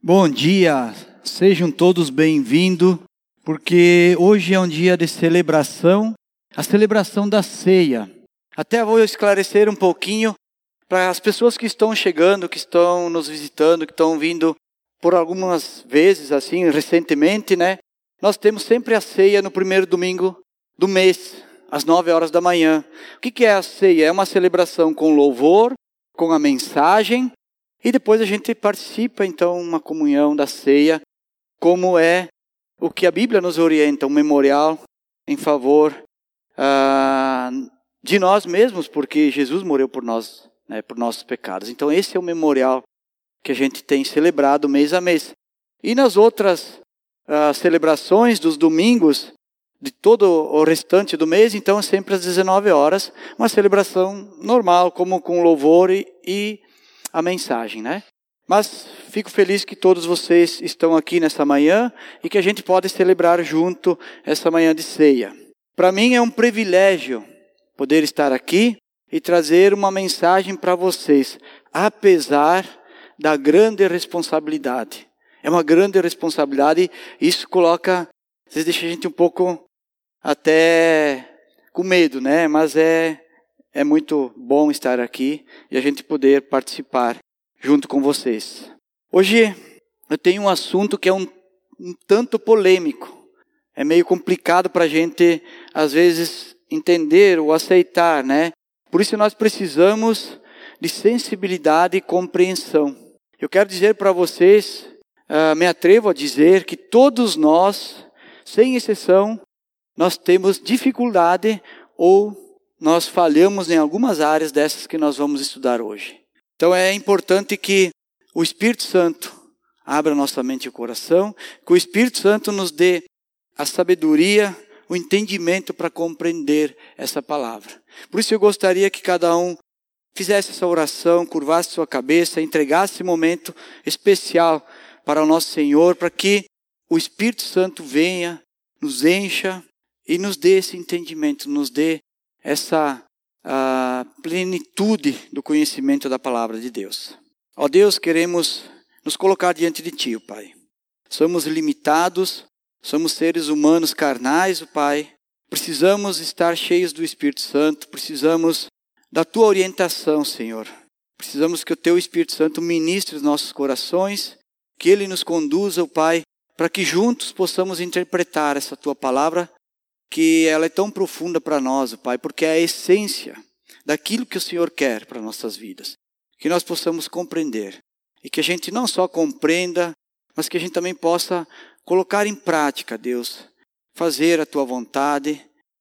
Bom dia, sejam todos bem-vindos, porque hoje é um dia de celebração, a celebração da ceia. Até vou esclarecer um pouquinho para as pessoas que estão chegando, que estão nos visitando, que estão vindo por algumas vezes, assim, recentemente, né? Nós temos sempre a ceia no primeiro domingo do mês, às 9 horas da manhã. O que é a ceia? É uma celebração com louvor, com a mensagem, e depois a gente participa, então, uma comunhão da ceia, como é o que a Bíblia nos orienta, um memorial em favor de nós mesmos, porque Jesus morreu por nós, né, por nossos pecados. Então, esse é o memorial que a gente tem celebrado mês a mês. E nas outras celebrações dos domingos, de todo o restante do mês, então, é sempre às 19 horas, uma celebração normal, como com louvor e a mensagem, né? Mas fico feliz que todos vocês estão aqui nessa manhã e que a gente pode celebrar junto essa manhã de ceia. Para mim é um privilégio poder estar aqui e trazer uma mensagem para vocês, apesar da grande responsabilidade. É uma grande responsabilidade e isso coloca, às vezes deixa a gente um pouco até com medo, né? Mas é muito bom estar aqui e a gente poder participar junto com vocês. Hoje eu tenho um assunto que é um tanto polêmico. É meio complicado para a gente, às vezes, entender ou aceitar, né? Por isso nós precisamos de sensibilidade e compreensão. Eu quero dizer para vocês, me atrevo a dizer que todos nós, sem exceção, nós temos dificuldade ou nós falhamos em algumas áreas dessas que nós vamos estudar hoje. Então é importante que o Espírito Santo abra nossa mente e o coração, que o Espírito Santo nos dê a sabedoria, o entendimento para compreender essa palavra. Por isso eu gostaria que cada um fizesse essa oração, curvasse sua cabeça, entregasse esse momento especial para o nosso Senhor, para que o Espírito Santo venha, nos encha e nos dê esse entendimento, nos dê essa plenitude do conhecimento da palavra de Deus. Ó Deus, queremos nos colocar diante de Ti, Pai. Somos limitados, somos seres humanos carnais, Pai. Precisamos estar cheios do Espírito Santo, precisamos da Tua orientação, Senhor. Precisamos que o Teu Espírito Santo ministre os nossos corações, que Ele nos conduza, Pai, para que juntos possamos interpretar essa Tua palavra, que ela é tão profunda para nós, Pai, porque é a essência daquilo que o Senhor quer para nossas vidas. Que nós possamos compreender e que a gente não só compreenda, mas que a gente também possa colocar em prática, Deus, fazer a Tua vontade,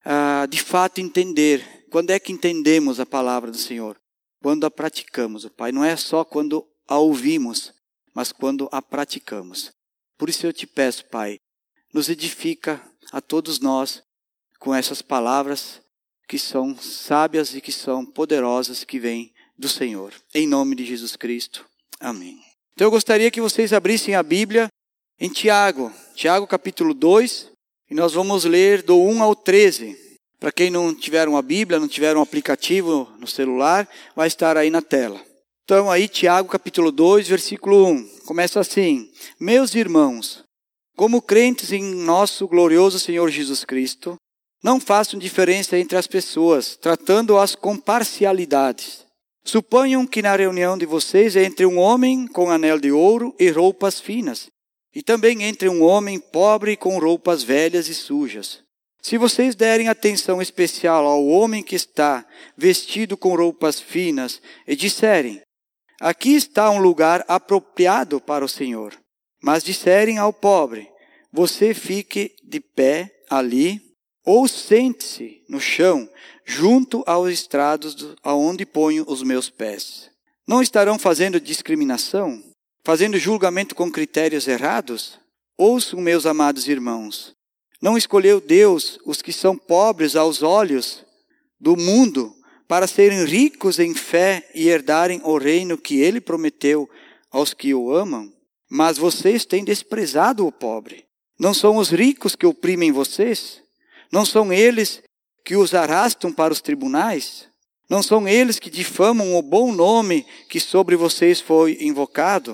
de fato entender. Quando é que entendemos a palavra do Senhor? Quando a praticamos, Pai. Não é só quando a ouvimos, mas quando a praticamos. Por isso eu te peço, Pai, nos edifica a todos nós com essas palavras que são sábias e que são poderosas, que vêm do Senhor. Em nome de Jesus Cristo. Amém. Então eu gostaria que vocês abrissem a Bíblia em Tiago capítulo 2, e nós vamos ler do 1 ao 13. Para quem não tiver uma Bíblia, não tiver um aplicativo no celular, vai estar aí na tela. Então aí Tiago capítulo 2, versículo 1. Começa assim: Meus irmãos, como crentes em nosso glorioso Senhor Jesus Cristo, não façam diferença entre as pessoas, tratando-as com parcialidades. Suponham que na reunião de vocês entre um homem com anel de ouro e roupas finas, e também entre um homem pobre com roupas velhas e sujas. Se vocês derem atenção especial ao homem que está vestido com roupas finas e disserem: aqui está um lugar apropriado para o Senhor, mas disserem ao pobre: você fique de pé ali, ou sente-se no chão, junto aos estrados aonde ponho os meus pés. Não estarão fazendo discriminação? Fazendo julgamento com critérios errados? Ouçam, meus amados irmãos. Não escolheu Deus os que são pobres aos olhos do mundo para serem ricos em fé e herdarem o reino que Ele prometeu aos que o amam? Mas vocês têm desprezado o pobre. Não são os ricos que oprimem vocês? Não são eles que os arrastam para os tribunais? Não são eles que difamam o bom nome que sobre vocês foi invocado?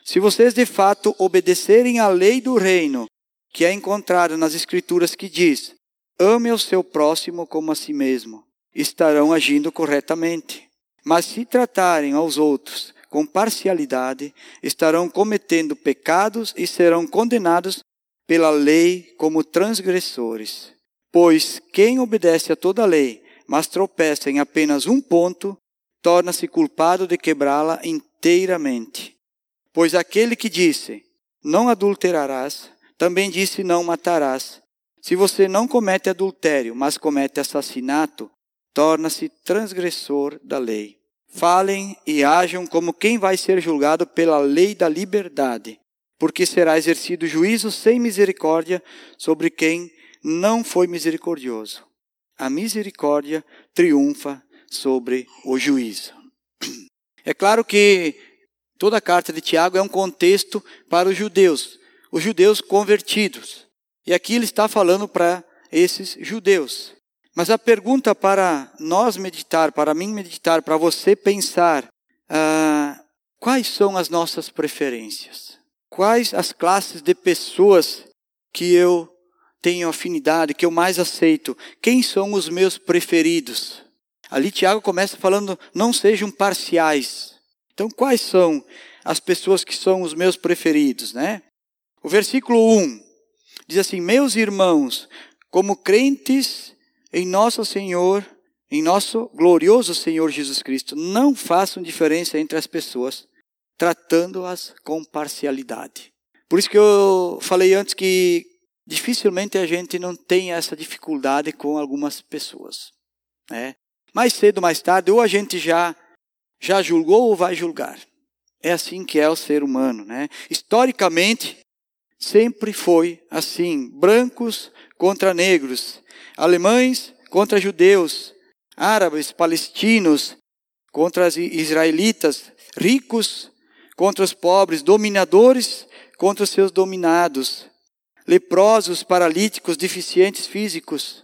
Se vocês de fato obedecerem à lei do reino, que é encontrada nas Escrituras que diz, ame o seu próximo como a si mesmo, estarão agindo corretamente. Mas se tratarem aos outros com parcialidade, estarão cometendo pecados e serão condenados pela lei como transgressores. Pois quem obedece a toda a lei, mas tropeça em apenas um ponto, torna-se culpado de quebrá-la inteiramente. Pois aquele que disse, não adulterarás, também disse, não matarás. Se você não comete adultério, mas comete assassinato, torna-se transgressor da lei. Falem e ajam como quem vai ser julgado pela lei da liberdade, porque será exercido juízo sem misericórdia sobre quem não foi misericordioso. A misericórdia triunfa sobre o juízo. É claro que toda a carta de Tiago é um contexto para os judeus convertidos. E aqui ele está falando para esses judeus. Mas a pergunta para nós meditar, para mim meditar, para você pensar, quais são as nossas preferências? Quais as classes de pessoas que eu tenho afinidade, que eu mais aceito? Quem são os meus preferidos? Ali Tiago começa falando, não sejam parciais. Então, quais são as pessoas que são os meus preferidos, né? O versículo 1 diz assim, meus irmãos, como crentes em nosso Senhor, em nosso glorioso Senhor Jesus Cristo, não façam diferença entre as pessoas, tratando-as com parcialidade. Por isso que eu falei antes que dificilmente a gente não tem essa dificuldade com algumas pessoas, né? Mais cedo ou mais tarde, ou a gente já julgou ou vai julgar. É assim que é o ser humano, né? Historicamente, sempre foi assim. Brancos contra negros, alemães contra judeus, árabes, palestinos contra os israelitas, ricos contra os pobres, dominadores contra os seus dominados, leprosos, paralíticos, deficientes físicos.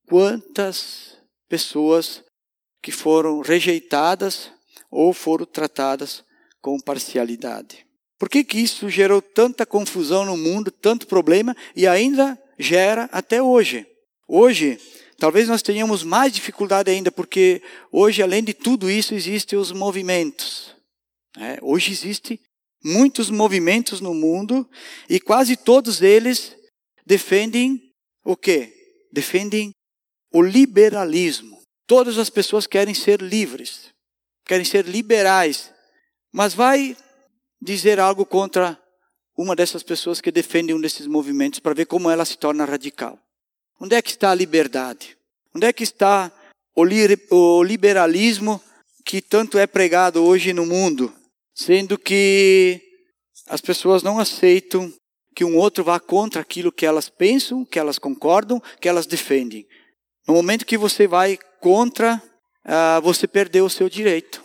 Quantas pessoas que foram rejeitadas ou foram tratadas com parcialidade. Por que isso gerou tanta confusão no mundo, tanto problema, e ainda gera até hoje? Hoje, talvez nós tenhamos mais dificuldade ainda, porque hoje, além de tudo isso, existem os movimentos. Hoje existem muitos movimentos no mundo, e quase todos eles defendem o quê? Defendem o liberalismo. Todas as pessoas querem ser livres, querem ser liberais, mas vai dizer algo contra uma dessas pessoas que defende um desses movimentos para ver como ela se torna radical. Onde é que está a liberdade? Onde é que está o liberalismo que tanto é pregado hoje no mundo? Sendo que as pessoas não aceitam que um outro vá contra aquilo que elas pensam, que elas concordam, que elas defendem. No momento que você vai contra, você perdeu o seu direito.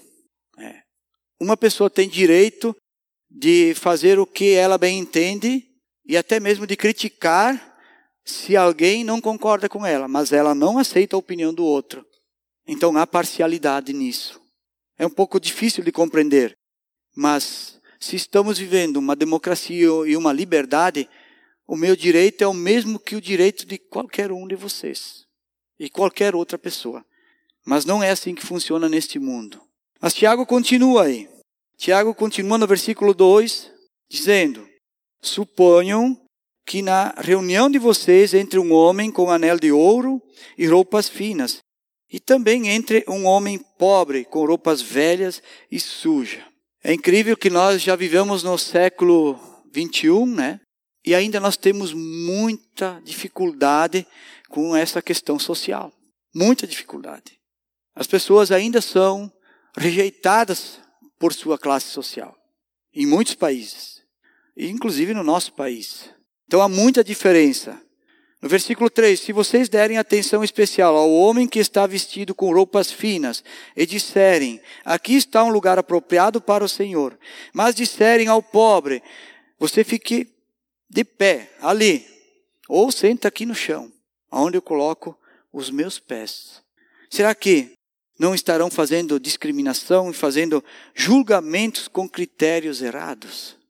Uma pessoa tem direito de fazer o que ela bem entende e até mesmo de criticar se alguém não concorda com ela, mas ela não aceita a opinião do outro. Então há parcialidade nisso. É um pouco difícil de compreender, mas se estamos vivendo uma democracia e uma liberdade, o meu direito é o mesmo que o direito de qualquer um de vocês e qualquer outra pessoa. Mas não é assim que funciona neste mundo. Mas Tiago continua aí. Tiago continua no versículo 2, dizendo, suponham que na reunião de vocês entre um homem com anel de ouro e roupas finas, e também entre um homem pobre com roupas velhas e sujas. É incrível que nós já vivemos no século 21, né? E ainda nós temos muita dificuldade com essa questão social. Muita dificuldade. As pessoas ainda são rejeitadas por sua classe social. Em muitos países. Inclusive no nosso país. Então há muita diferença. No versículo 3, se vocês derem atenção especial ao homem que está vestido com roupas finas e disserem, aqui está um lugar apropriado para o Senhor, mas disserem ao pobre, você fique de pé ali, ou senta aqui no chão, onde eu coloco os meus pés. Será que não estarão fazendo discriminação e fazendo julgamentos com critérios errados?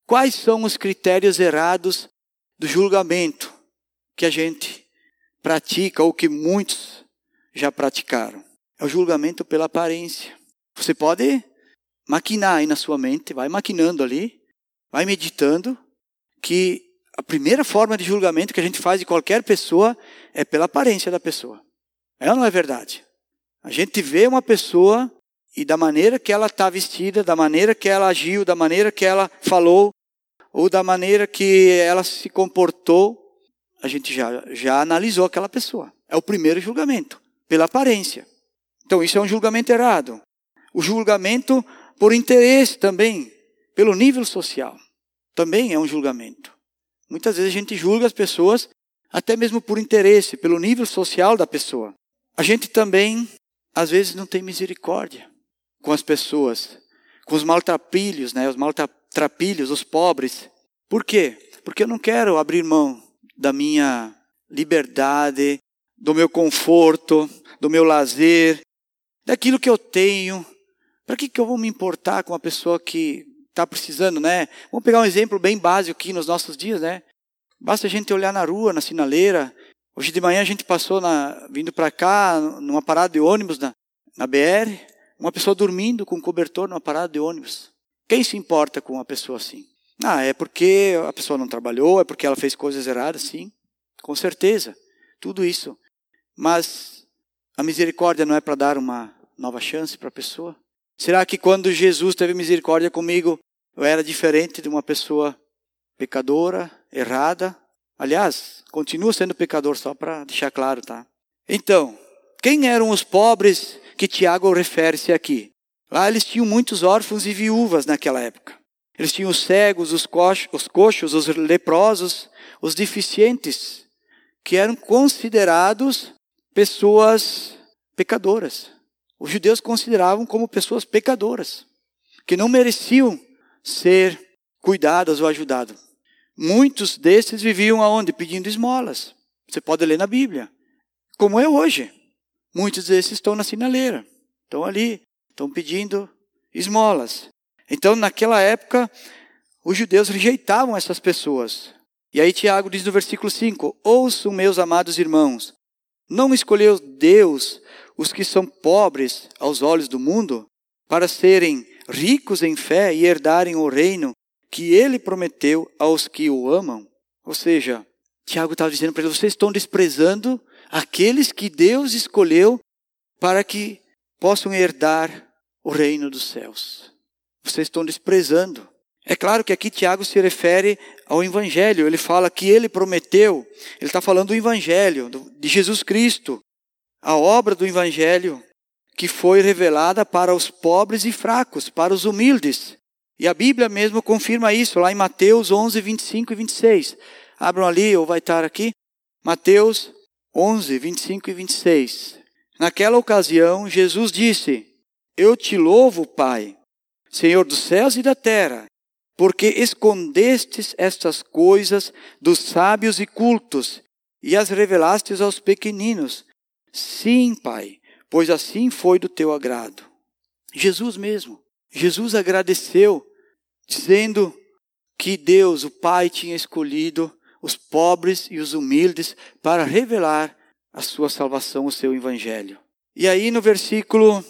Quais são os critérios errados do julgamento que a gente pratica ou que muitos já praticaram? É o julgamento pela aparência. Você pode maquinar aí na sua mente, vai maquinando ali, vai meditando, que a primeira forma de julgamento que a gente faz de qualquer pessoa é pela aparência da pessoa. É ou não é verdade? A gente vê uma pessoa e da maneira que ela está vestida, da maneira que ela agiu, da maneira que ela falou, ou da maneira que ela se comportou, a gente já analisou aquela pessoa. É o primeiro julgamento, pela aparência. Então isso é um julgamento errado. O julgamento por interesse também, pelo nível social, também é um julgamento. Muitas vezes a gente julga as pessoas até mesmo por interesse, pelo nível social da pessoa. A gente também, às vezes, não tem misericórdia com as pessoas, com os maltrapilhos, né? Os maltrapilhos, os pobres. Por quê? Porque eu não quero abrir mão da minha liberdade, do meu conforto, do meu lazer, daquilo que eu tenho. Para que eu vou me importar com uma pessoa que está precisando, né? Vamos pegar um exemplo bem básico aqui nos nossos dias, né? Basta a gente olhar na rua, na sinaleira. Hoje de manhã a gente passou vindo para cá, numa parada de ônibus na BR, uma pessoa dormindo com cobertor numa parada de ônibus. Quem se importa com uma pessoa assim? É porque a pessoa não trabalhou, é porque ela fez coisas erradas, sim, com certeza, tudo isso. Mas a misericórdia não é para dar uma nova chance para a pessoa? Será que quando Jesus teve misericórdia comigo, eu era diferente de uma pessoa pecadora, errada? Aliás, continuo sendo pecador, só para deixar claro, tá? Então, quem eram os pobres que Tiago refere-se aqui? Lá eles tinham muitos órfãos e viúvas naquela época. Eles tinham os cegos, os coxos, os leprosos, os deficientes, que eram considerados pessoas pecadoras. Os judeus consideravam como pessoas pecadoras, que não mereciam ser cuidadas ou ajudadas. Muitos desses viviam aonde? Pedindo esmolas. Você pode ler na Bíblia. Como é hoje. Muitos desses estão na sinaleira. Estão ali, estão pedindo esmolas. Então, naquela época, os judeus rejeitavam essas pessoas. E aí Tiago diz no versículo 5, ouçam, meus amados irmãos, não escolheu Deus os que são pobres aos olhos do mundo, para serem ricos em fé e herdarem o reino que ele prometeu aos que o amam? Ou seja, Tiago estava dizendo para eles, vocês estão desprezando aqueles que Deus escolheu para que possam herdar o reino dos céus. Vocês estão desprezando. É claro que aqui Tiago se refere ao Evangelho. Ele fala que ele prometeu, ele está falando do Evangelho, de Jesus Cristo. A obra do Evangelho que foi revelada para os pobres e fracos, para os humildes. E a Bíblia mesmo confirma isso, lá em Mateus 11, 25 e 26. Abram ali, ou vai estar aqui. Mateus 11, 25 e 26. Naquela ocasião, Jesus disse, eu te louvo, Pai, Senhor dos céus e da terra, porque escondestes estas coisas dos sábios e cultos e as revelastes aos pequeninos. Sim, Pai, pois assim foi do teu agrado. Jesus mesmo. Jesus agradeceu, dizendo que Deus, o Pai, tinha escolhido os pobres e os humildes para revelar a sua salvação, o seu Evangelho. E aí no versículo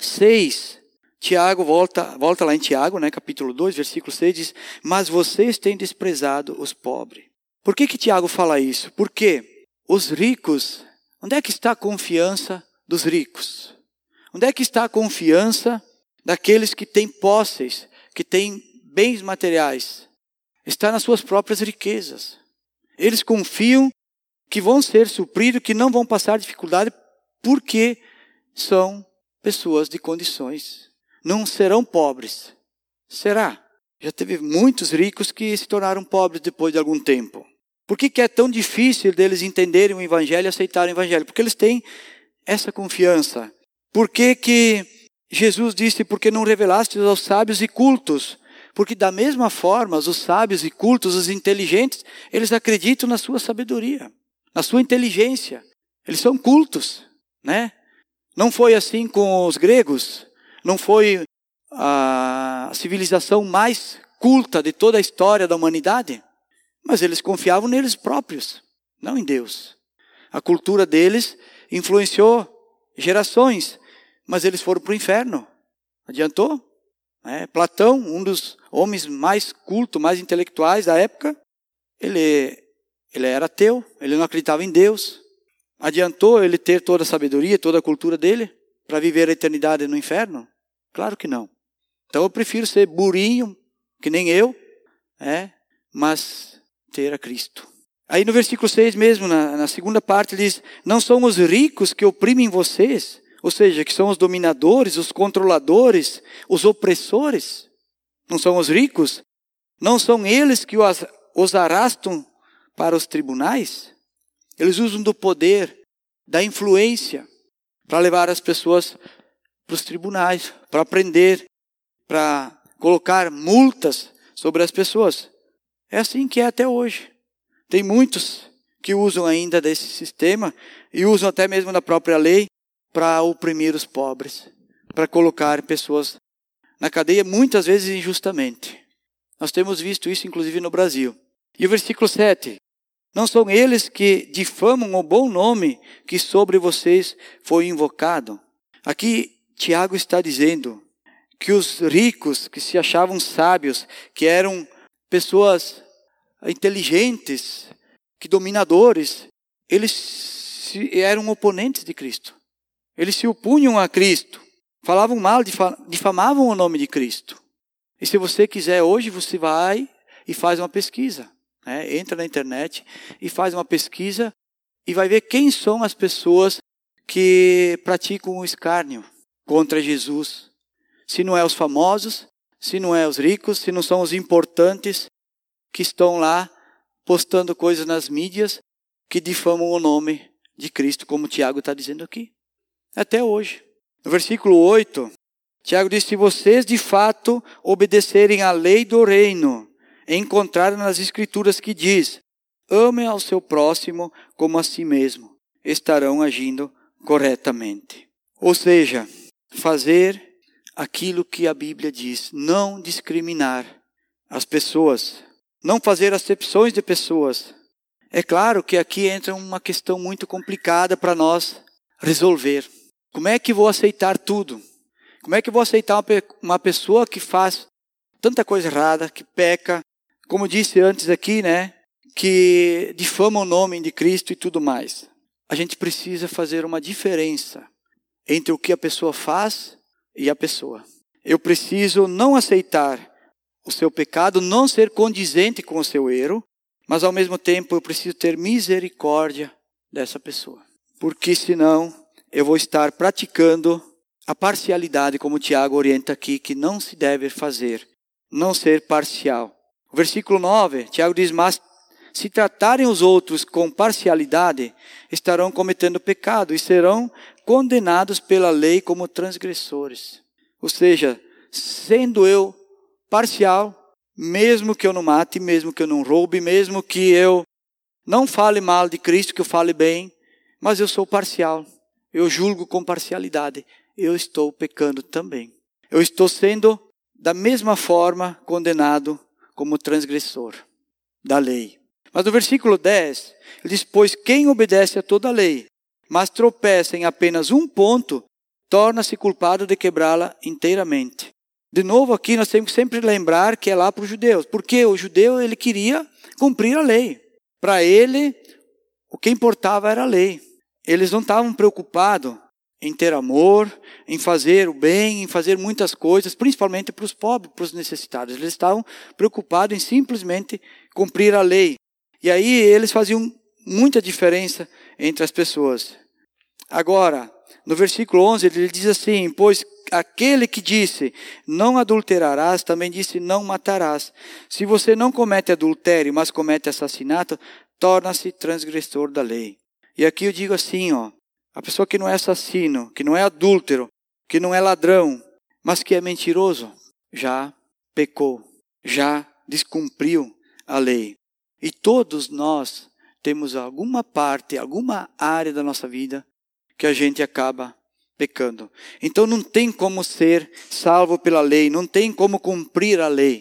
6, Tiago volta lá em Tiago, né, capítulo 2, versículo 6, diz, mas vocês têm desprezado os pobres. Por que Tiago fala isso? Porque os ricos, onde é que está a confiança dos ricos? Onde é que está a confiança daqueles que têm posses, que têm bens materiais? Está nas suas próprias riquezas. Eles confiam que vão ser supridos, que não vão passar dificuldade, porque são pessoas de condições. Não serão pobres. Será? Já teve muitos ricos que se tornaram pobres depois de algum tempo. Por que é tão difícil deles entenderem o Evangelho e aceitarem o Evangelho? Porque eles têm essa confiança. Por que Jesus disse, porque não revelaste aos sábios e cultos? Porque da mesma forma, os sábios e cultos, os inteligentes, eles acreditam na sua sabedoria, na sua inteligência. Eles são cultos, né? Não foi assim com os gregos? Não foi a civilização mais culta de toda a história da humanidade, mas eles confiavam neles próprios, não em Deus. A cultura deles influenciou gerações, mas eles foram para o inferno. Adiantou? Platão, um dos homens mais cultos, mais intelectuais da época, ele era ateu, ele não acreditava em Deus. Adiantou ele ter toda a sabedoria, toda a cultura dele, para viver a eternidade no inferno? Claro que não. Então eu prefiro ser burrinho, que nem eu, mas ter a Cristo. Aí no versículo 6 mesmo, na segunda parte, ele diz: não são os ricos que oprimem vocês, ou seja, que são os dominadores, os controladores, os opressores. Não são os ricos? Não são eles que os arrastam para os tribunais? Eles usam do poder, da influência, para levar as pessoas para os tribunais, para prender, para colocar multas sobre as pessoas. É assim que é até hoje. Tem muitos que usam ainda desse sistema e usam até mesmo da própria lei para oprimir os pobres, para colocar pessoas na cadeia, muitas vezes injustamente. Nós temos visto isso inclusive no Brasil. E o versículo 7. Não são eles que difamam o bom nome que sobre vocês foi invocado. Aqui Tiago está dizendo que os ricos que se achavam sábios, que eram pessoas inteligentes, que dominadores, eles eram oponentes de Cristo. Eles se opunham a Cristo, falavam mal, difamavam o nome de Cristo. E se você quiser hoje, você vai e faz uma pesquisa. Entra na internet e faz uma pesquisa e vai ver quem são as pessoas que praticam o escárnio contra Jesus. Se não é os famosos, se não é os ricos, se não são os importantes que estão lá postando coisas nas mídias que difamam o nome de Cristo, como Tiago está dizendo aqui. Até hoje. No versículo 8, Tiago diz: se vocês de fato obedecerem à lei do reino, encontraram nas Escrituras que diz: ame ao seu próximo como a si mesmo, estarão agindo corretamente. Ou seja, fazer aquilo que a Bíblia diz, não discriminar as pessoas, não fazer acepções de pessoas. É claro que aqui entra uma questão muito complicada para nós resolver. Como é que vou aceitar tudo? Como é que vou aceitar uma pessoa que faz tanta coisa errada, que peca, como disse antes aqui, que difama o nome de Cristo e tudo mais? A gente precisa fazer uma diferença entre o que a pessoa faz e a pessoa. Eu preciso não aceitar o seu pecado, não ser condizente com o seu erro, mas ao mesmo tempo eu preciso ter misericórdia dessa pessoa. Porque senão eu vou estar praticando a parcialidade, como o Tiago orienta aqui, que não se deve fazer, não ser parcial. O versículo 9, Tiago diz: mas se tratarem os outros com parcialidade, estarão cometendo pecado e serão condenados pela lei como transgressores. Ou seja, sendo eu parcial, mesmo que eu não mate, mesmo que eu não roube, mesmo que eu não fale mal de Cristo, que eu fale bem, mas eu sou parcial. Eu julgo com parcialidade. Eu estou pecando também. Eu estou sendo, da mesma forma, condenado como transgressor da lei. Mas no versículo 10, ele diz: pois quem obedece a toda a lei, mas tropeça em apenas um ponto, torna-se culpado de quebrá-la inteiramente. De novo aqui nós temos que sempre lembrar que é lá para os judeus. Porque o judeu ele queria cumprir a lei. Para ele, o que importava era a lei. Eles não estavam preocupados em ter amor, em fazer o bem, em fazer muitas coisas, principalmente para os pobres, para os necessitados. Eles estavam preocupados em simplesmente cumprir a lei. E aí eles faziam muita diferença entre as pessoas. Agora, no versículo 11, ele diz assim: pois aquele que disse, não adulterarás, também disse, não matarás. Se você não comete adultério, mas comete assassinato, torna-se transgressor da lei. E aqui eu digo assim, a pessoa que não é assassino, que não é adúltero, que não é ladrão, mas que é mentiroso, já pecou, já descumpriu a lei. E todos nós temos alguma parte, alguma área da nossa vida que a gente acaba pecando. Então não tem como ser salvo pela lei, não tem como cumprir a lei.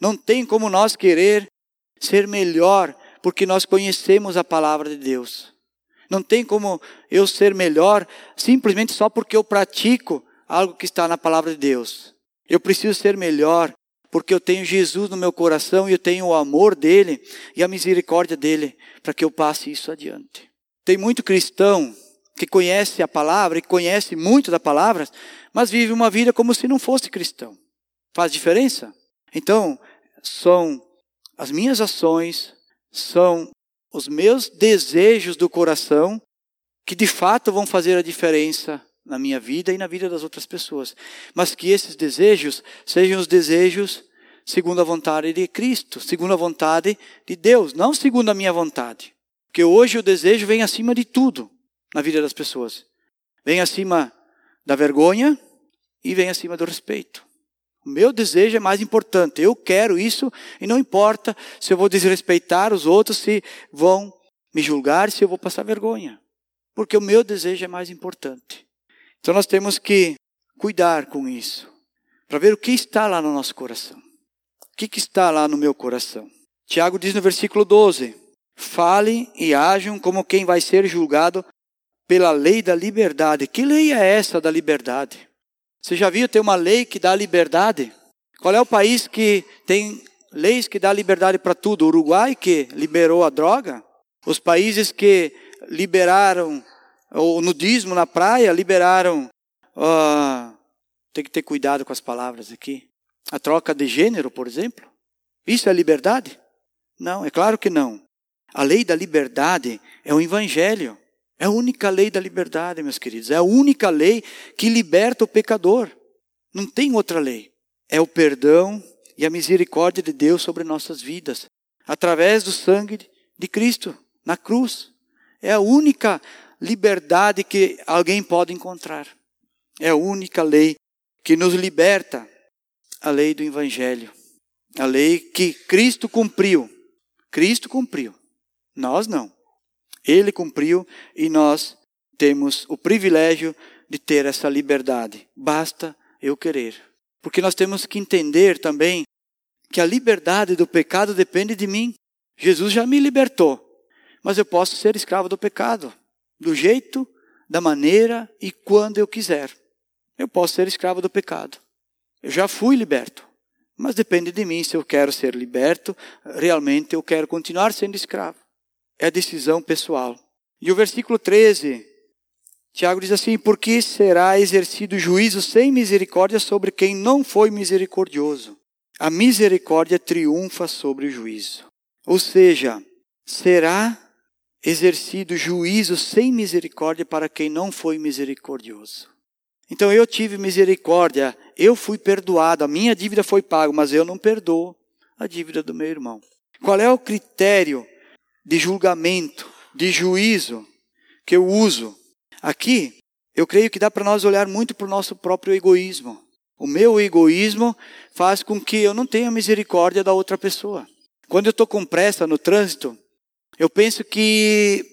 Não tem como nós querer ser melhor porque nós conhecemos a palavra de Deus. Não tem como eu ser melhor simplesmente só porque eu pratico algo que está na palavra de Deus. Eu preciso ser melhor porque eu tenho Jesus no meu coração e eu tenho o amor dele e a misericórdia dele para que eu passe isso adiante. Tem muito cristão que conhece a palavra e conhece muito da palavra, mas vive uma vida como se não fosse cristão. Faz diferença? Então, são as minhas ações, são os meus desejos do coração que de fato vão fazer a diferença na minha vida e na vida das outras pessoas. Mas que esses desejos sejam os desejos segundo a vontade de Cristo, segundo a vontade de Deus, não segundo a minha vontade. Porque hoje o desejo vem acima de tudo na vida das pessoas. Vem acima da vergonha e vem acima do respeito. O meu desejo é mais importante. Eu quero isso e não importa se eu vou desrespeitar os outros, se vão me julgar, se eu vou passar vergonha. Porque o meu desejo é mais importante. Então nós temos que cuidar com isso. Para ver o que está lá no nosso coração. O que está lá no meu coração? Tiago diz no versículo 12. Falem e ajam como quem vai ser julgado pela lei da liberdade. Que lei é essa da liberdade? Você já viu ter uma lei que dá liberdade? Qual é o país que tem leis que dá liberdade para tudo? O Uruguai, que liberou a droga? Os países que liberaram o nudismo na praia, liberaram... tem que ter cuidado com as palavras aqui. A troca de gênero, por exemplo. Isso é liberdade? Não, é claro que não. A lei da liberdade é o Evangelho. É a única lei da liberdade, meus queridos. É a única lei que liberta o pecador. Não tem outra lei. É o perdão e a misericórdia de Deus sobre nossas vidas. Através do sangue de Cristo, na cruz. É a única liberdade que alguém pode encontrar. É a única lei que nos liberta. A lei do Evangelho. A lei que Cristo cumpriu. Cristo cumpriu. Nós não. Ele cumpriu e nós temos o privilégio de ter essa liberdade. Basta eu querer. Porque nós temos que entender também que a liberdade do pecado depende de mim. Jesus já me libertou. Mas eu posso ser escravo do pecado. Do jeito, da maneira e quando eu quiser. Eu posso ser escravo do pecado. Eu já fui liberto. Mas depende de mim se eu quero ser liberto. Realmente eu quero continuar sendo escravo. É decisão pessoal. E o versículo 13, Tiago diz assim, porque será exercido juízo sem misericórdia sobre quem não foi misericordioso. A misericórdia triunfa sobre o juízo. Ou seja, será exercido juízo sem misericórdia para quem não foi misericordioso. Então eu tive misericórdia, eu fui perdoado, a minha dívida foi paga, mas eu não perdoo a dívida do meu irmão. Qual é o critério de julgamento, de juízo que eu uso? Aqui, eu creio que dá para nós olhar muito para o nosso próprio egoísmo. O meu egoísmo faz com que eu não tenha misericórdia da outra pessoa. Quando eu estou com pressa no trânsito, eu penso que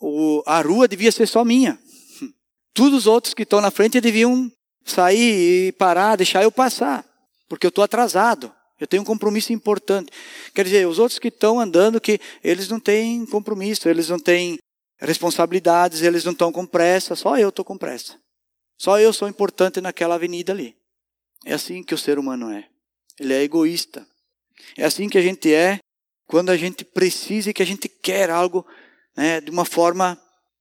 a rua devia ser só minha. Todos os outros que estão na frente deviam sair e parar, deixar eu passar, porque eu estou atrasado. Eu tenho um compromisso importante. Quer dizer, os outros que estão andando, que eles não têm compromisso, eles não têm responsabilidades, eles não estão com pressa, só eu estou com pressa. Só eu sou importante naquela avenida ali. É assim que o ser humano é. Ele é egoísta. É assim que a gente é quando a gente precisa e que a gente quer algo, né, de uma forma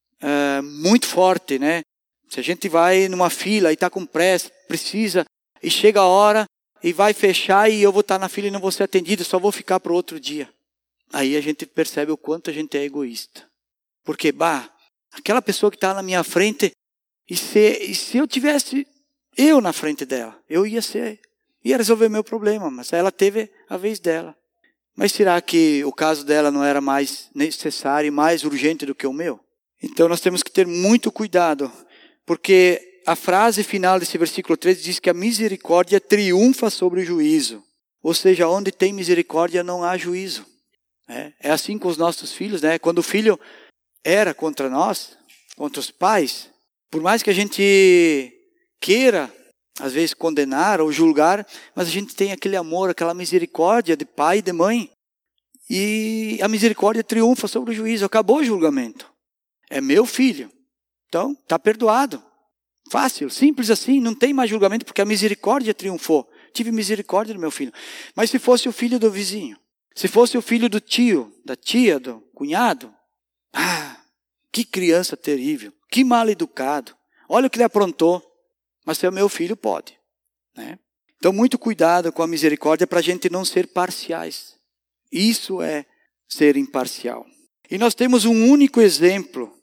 muito forte. Né? Se a gente vai numa fila e está com pressa, precisa, e chega a hora e vai fechar e eu vou estar na fila e não vou ser atendido, só vou ficar para o outro dia. Aí a gente percebe o quanto a gente é egoísta. Porque, aquela pessoa que está na minha frente, e se eu tivesse eu na frente dela, eu ia resolver meu problema, mas ela teve a vez dela. Mas será que o caso dela não era mais necessário e mais urgente do que o meu? Então nós temos que ter muito cuidado, porque a frase final desse versículo 13 diz que a misericórdia triunfa sobre o juízo. Ou seja, onde tem misericórdia não há juízo. É assim com os nossos filhos, né? Quando o filho era contra nós, contra os pais, por mais que a gente queira às vezes condenar ou julgar, mas a gente tem aquele amor, aquela misericórdia de pai e de mãe. E a misericórdia triunfa sobre o juízo. Acabou o julgamento. É meu filho. Então, está perdoado. Fácil, simples assim. Não tem mais julgamento porque a misericórdia triunfou. Tive misericórdia do meu filho. Mas se fosse o filho do vizinho, se fosse o filho do tio, da tia, do cunhado, que criança terrível, que mal educado. Olha o que ele aprontou. Mas se é o meu filho, pode. Né? Então, muito cuidado com a misericórdia para a gente não ser parciais. Isso é ser imparcial. E nós temos um único exemplo,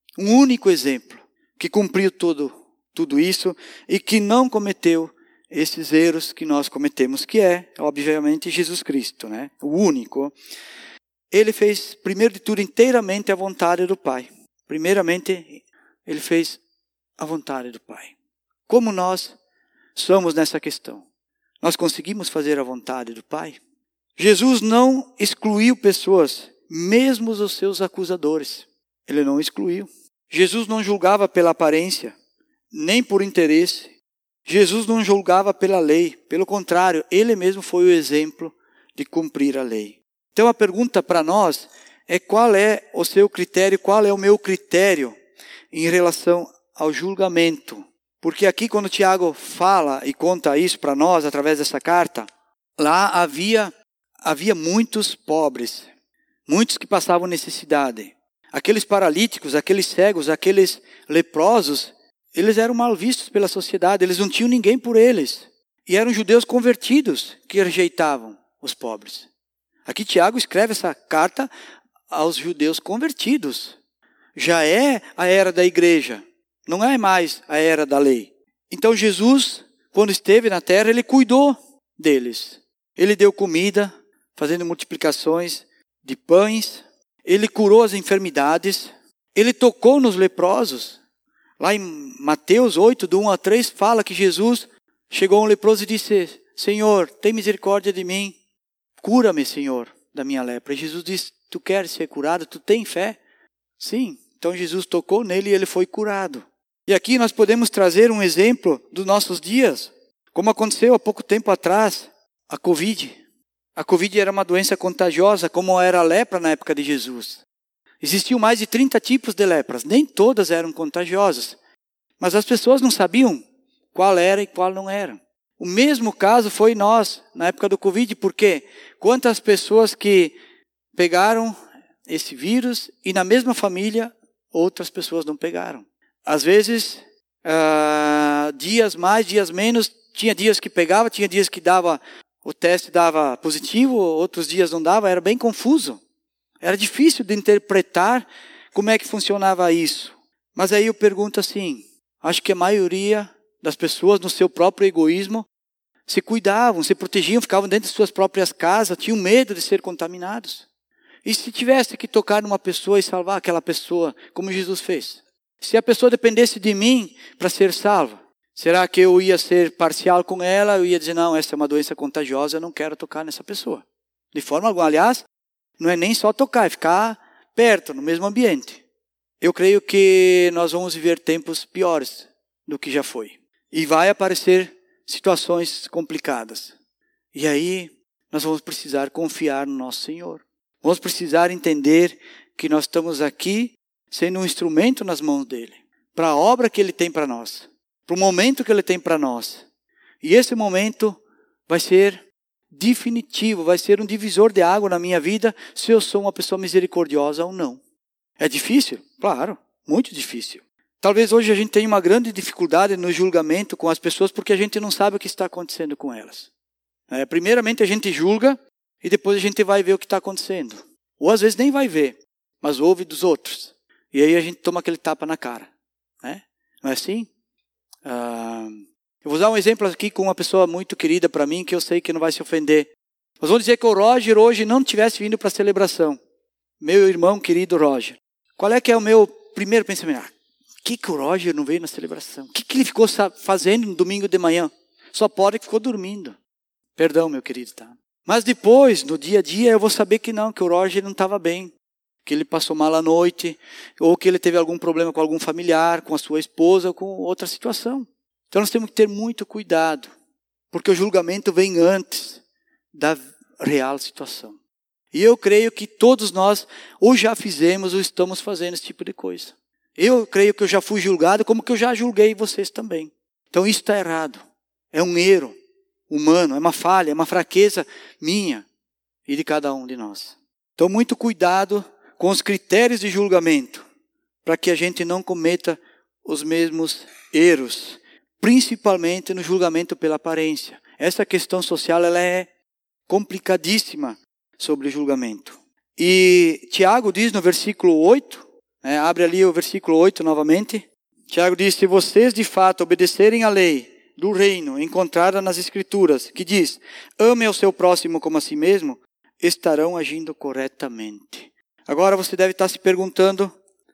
que cumpriu tudo isso e que não cometeu esses erros que nós cometemos, que é, obviamente, Jesus Cristo, né? O único. Ele fez, primeiro de tudo, inteiramente a vontade do Pai. Primeiramente, ele fez a vontade do Pai. Como nós somos nessa questão? Nós conseguimos fazer a vontade do Pai? Jesus não excluiu pessoas, mesmo os seus acusadores. Ele não excluiu. Jesus não julgava pela aparência, nem por interesse. Jesus não julgava pela lei. Pelo contrário, ele mesmo foi o exemplo de cumprir a lei. Então a pergunta para nós é qual é o seu critério, qual é o meu critério em relação ao julgamento. Porque aqui quando Tiago fala e conta isso para nós através dessa carta, lá havia muitos pobres, muitos que passavam necessidade. Aqueles paralíticos, aqueles cegos, aqueles leprosos, eles eram mal vistos pela sociedade, eles não tinham ninguém por eles. E eram judeus convertidos que rejeitavam os pobres. Aqui Tiago escreve essa carta aos judeus convertidos. Já é a era da igreja, não é mais a era da lei. Então Jesus, quando esteve na terra, ele cuidou deles. Ele deu comida, fazendo multiplicações de pães. Ele curou as enfermidades. Ele tocou nos leprosos. Lá em Mateus 8, do 1 a 3, fala que Jesus chegou a um leproso e disse: Senhor, tem misericórdia de mim. Cura-me, Senhor, da minha lepra. E Jesus disse: tu queres ser curado? Tu tem fé? Sim. Então Jesus tocou nele e ele foi curado. E aqui nós podemos trazer um exemplo dos nossos dias. Como aconteceu há pouco tempo atrás, a Covid. A Covid era uma doença contagiosa, como era a lepra na época de Jesus. Existiam mais de 30 tipos de lepras. Nem todas eram contagiosas. Mas as pessoas não sabiam qual era e qual não era. O mesmo caso foi nós, na época do Covid. Por quê? Quantas pessoas que pegaram esse vírus e na mesma família outras pessoas não pegaram. Às vezes, dias mais, dias menos. Tinha dias que pegava, tinha dias que o teste dava positivo, outros dias não dava. Era bem confuso. Era difícil de interpretar como é que funcionava isso. Mas aí eu pergunto assim, acho que a maioria das pessoas, no seu próprio egoísmo, se cuidavam, se protegiam, ficavam dentro de suas próprias casas, tinham medo de ser contaminados. E se tivesse que tocar numa pessoa e salvar aquela pessoa, como Jesus fez? Se a pessoa dependesse de mim para ser salva, será que eu ia ser parcial com ela? Eu ia dizer, não, essa é uma doença contagiosa, eu não quero tocar nessa pessoa. De forma alguma. Aliás, não é nem só tocar, é ficar perto, no mesmo ambiente. Eu creio que nós vamos viver tempos piores do que já foi. E vai aparecer situações complicadas. E aí, nós vamos precisar confiar no nosso Senhor. Vamos precisar entender que nós estamos aqui sendo um instrumento nas mãos dEle. Para a obra que Ele tem para nós. Para o momento que Ele tem para nós. E esse momento vai ser definitivo, vai ser um divisor de água na minha vida, se eu sou uma pessoa misericordiosa ou não. É difícil? Claro, muito difícil. Talvez hoje a gente tenha uma grande dificuldade no julgamento com as pessoas porque a gente não sabe o que está acontecendo com elas. Primeiramente a gente julga e depois a gente vai ver o que está acontecendo. Ou às vezes nem vai ver, mas ouve dos outros. E aí a gente toma aquele tapa na cara. Não é assim? Eu vou dar um exemplo aqui com uma pessoa muito querida para mim, que eu sei que não vai se ofender. Nós vamos dizer que o Roger hoje não tivesse vindo para a celebração. Meu irmão querido Roger. Qual é que é o meu primeiro pensamento? O que o Roger não veio na celebração? O que ele ficou fazendo no domingo de manhã? Só pode que ficou dormindo. Perdão, meu querido. Tá? Mas depois, no dia a dia, eu vou saber que não, que o Roger não estava bem. Que ele passou mal à noite, ou que ele teve algum problema com algum familiar, com a sua esposa, ou com outra situação. Então nós temos que ter muito cuidado, porque o julgamento vem antes da real situação. E eu creio que todos nós ou já fizemos ou estamos fazendo esse tipo de coisa. Eu creio que eu já fui julgado, como que eu já julguei vocês também. Então isso está errado. É um erro humano, é uma falha, é uma fraqueza minha e de cada um de nós. Então muito cuidado com os critérios de julgamento, para que a gente não cometa os mesmos erros, principalmente no julgamento pela aparência. Essa questão social ela é complicadíssima sobre o julgamento. E Tiago diz no versículo 8, abre ali o versículo 8 novamente. Tiago diz, se vocês de fato obedecerem à lei do reino encontrada nas Escrituras, que diz, ame ao seu próximo como a si mesmo, estarão agindo corretamente. Agora você deve estar se perguntando,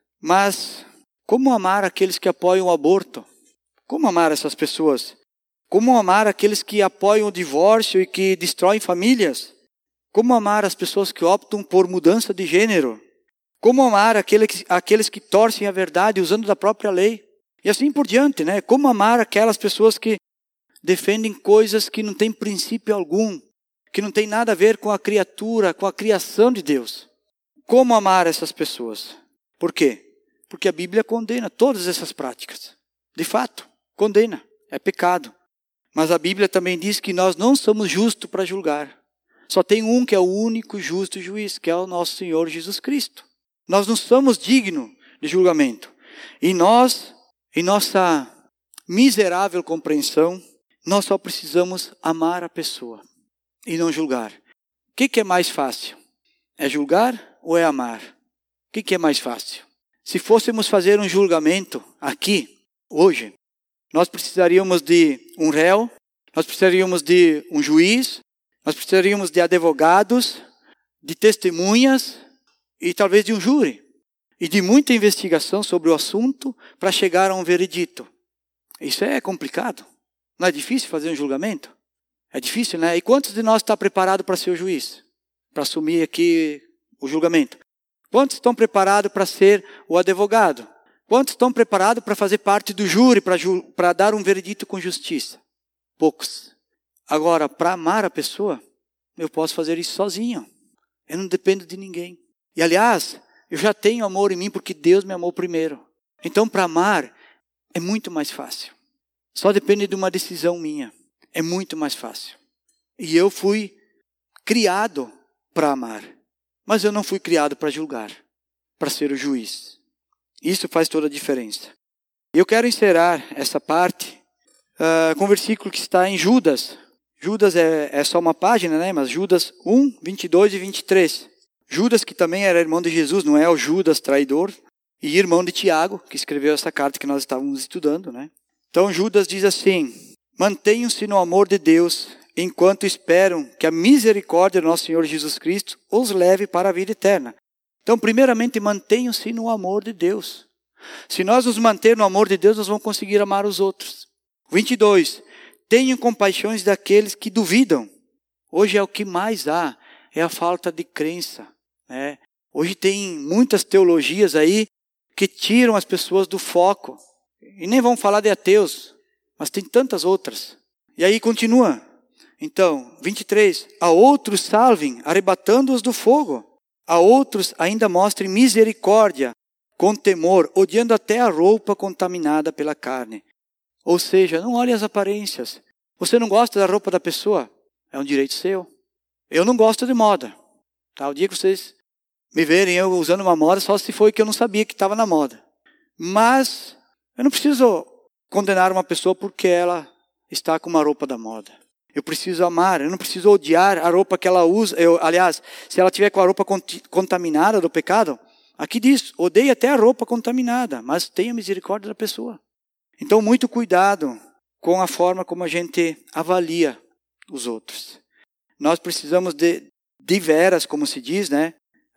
mas como amar aqueles que apoiam o aborto? Como amar essas pessoas? Como amar aqueles que apoiam o divórcio e que destroem famílias? Como amar as pessoas que optam por mudança de gênero? Como amar aqueles que torcem a verdade usando da própria lei? E assim por diante, né? Como amar aquelas pessoas que defendem coisas que não têm princípio algum, que não tem nada a ver com a criatura, com a criação de Deus? Como amar essas pessoas? Por quê? Porque a Bíblia condena todas essas práticas. De fato, condena. É pecado. Mas a Bíblia também diz que nós não somos justos para julgar. Só tem um que é o único justo juiz, que é o nosso Senhor Jesus Cristo. Nós não somos dignos de julgamento. E nós, em nossa miserável compreensão, nós só precisamos amar a pessoa e não julgar. O que é mais fácil? É julgar ou é amar? O que é mais fácil? Se fôssemos fazer um julgamento aqui, hoje, nós precisaríamos de um réu, nós precisaríamos de um juiz, nós precisaríamos de advogados, de testemunhas e talvez de um júri. E de muita investigação sobre o assunto para chegar a um veredito. Isso é complicado. Não é difícil fazer um julgamento? É difícil, né? E quantos de nós está preparado para ser o juiz? Para assumir aqui o julgamento? Quantos estão preparados para ser o advogado? Quantos estão preparados para fazer parte do júri, para dar um veredito com justiça? Poucos. Agora, para amar a pessoa, eu posso fazer isso sozinho. Eu não dependo de ninguém. E aliás, eu já tenho amor em mim porque Deus me amou primeiro. Então, para amar, é muito mais fácil. Só depende de uma decisão minha. É muito mais fácil. E eu fui criado para amar. Mas eu não fui criado para julgar, para ser o juiz. Isso faz toda a diferença. Eu quero encerrar essa parte com um versículo que está em Judas. Judas é só uma página, né? Mas Judas 1, 22 e 23. Judas, que também era irmão de Jesus, não é o Judas traidor, e irmão de Tiago, que escreveu essa carta que nós estávamos estudando, né? Então Judas diz assim, mantenham-se no amor de Deus, enquanto esperam que a misericórdia do nosso Senhor Jesus Cristo os leve para a vida eterna. Então, primeiramente, mantenham-se no amor de Deus. Se nós nos mantermos no amor de Deus, nós vamos conseguir amar os outros. 22. Tenham compaixão daqueles que duvidam. Hoje é o que mais há, é a falta de crença. Né? Hoje tem muitas teologias aí que tiram as pessoas do foco. E nem vamos falar de ateus, mas tem tantas outras. E aí continua. Então, 23. A outros salvem, arrebatando-os do fogo. A outros ainda mostrem misericórdia, com temor, odiando até a roupa contaminada pela carne. Ou seja, não olhe as aparências. Você não gosta da roupa da pessoa? É um direito seu. Eu não gosto de moda. Tá? O dia que vocês me verem eu usando uma moda, só se foi que eu não sabia que estava na moda. Mas eu não preciso condenar uma pessoa porque ela está com uma roupa da moda. Eu preciso amar, eu não preciso odiar a roupa que ela usa. Aliás, se ela tiver com a roupa contaminada do pecado, aqui diz, odeie até a roupa contaminada, mas tenha misericórdia da pessoa. Então, muito cuidado com a forma como a gente avalia os outros. Nós precisamos de veras, como se diz, né,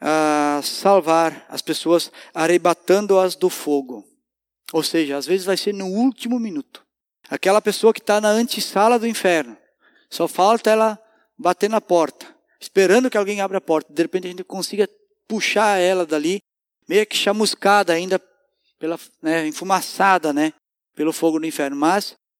salvar as pessoas arrebatando-as do fogo. Ou seja, às vezes vai ser no último minuto. Aquela pessoa que está na antessala do inferno. Só falta ela bater na porta, esperando que alguém abra a porta. De repente a gente consiga puxar ela dali, meio que chamuscada ainda, enfumaçada, né, pelo fogo do inferno. Mas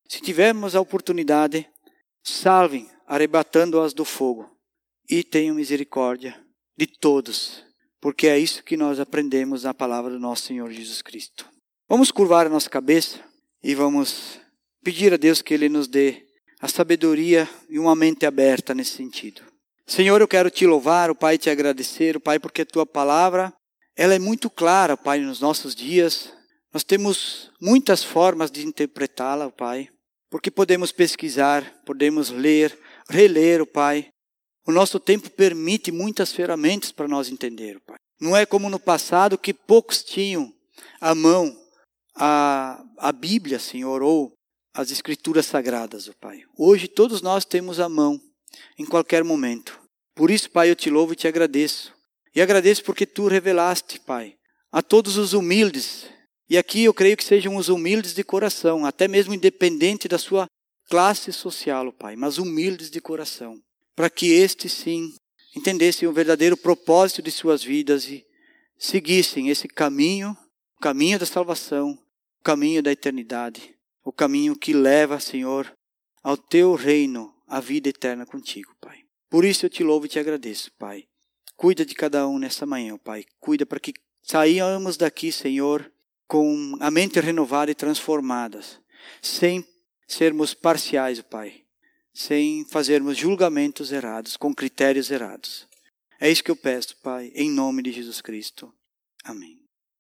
Se tivermos a oportunidade, salvem, arrebatando-as do fogo. E tenham misericórdia de todos, porque é isso que nós aprendemos na palavra do nosso Senhor Jesus Cristo. Vamos curvar a nossa cabeça e vamos pedir a Deus que Ele nos dê a sabedoria e uma mente aberta nesse sentido. Senhor, eu quero te louvar, Pai, te agradecer, Pai, porque a tua palavra, ela é muito clara, Pai, nos nossos dias. Nós temos muitas formas de interpretá-la, Pai, porque podemos pesquisar, podemos ler, reler, Pai. O nosso tempo permite muitas ferramentas para nós entender, Pai. Não é como no passado que poucos tinham à mão a Bíblia, Senhor, ou as Escrituras Sagradas, Pai. Hoje todos nós temos à mão, em qualquer momento. Por isso, Pai, eu te louvo e te agradeço. E agradeço porque tu revelaste, Pai, a todos os humildes. E aqui eu creio que sejam os humildes de coração, até mesmo independente da sua classe social, Pai, mas humildes de coração. Para que estes, sim, entendessem o verdadeiro propósito de suas vidas e seguissem esse caminho, o caminho da salvação, o caminho da eternidade, o caminho que leva, Senhor, ao teu reino, a vida eterna contigo, Pai. Por isso eu te louvo e te agradeço, Pai. Cuida de cada um nessa manhã, Pai. Cuida para que saiamos daqui, Senhor, com a mente renovada e transformada, sem sermos parciais, Pai. Sem fazermos julgamentos errados, com critérios errados. É isso que eu peço, Pai, em nome de Jesus Cristo. Amém.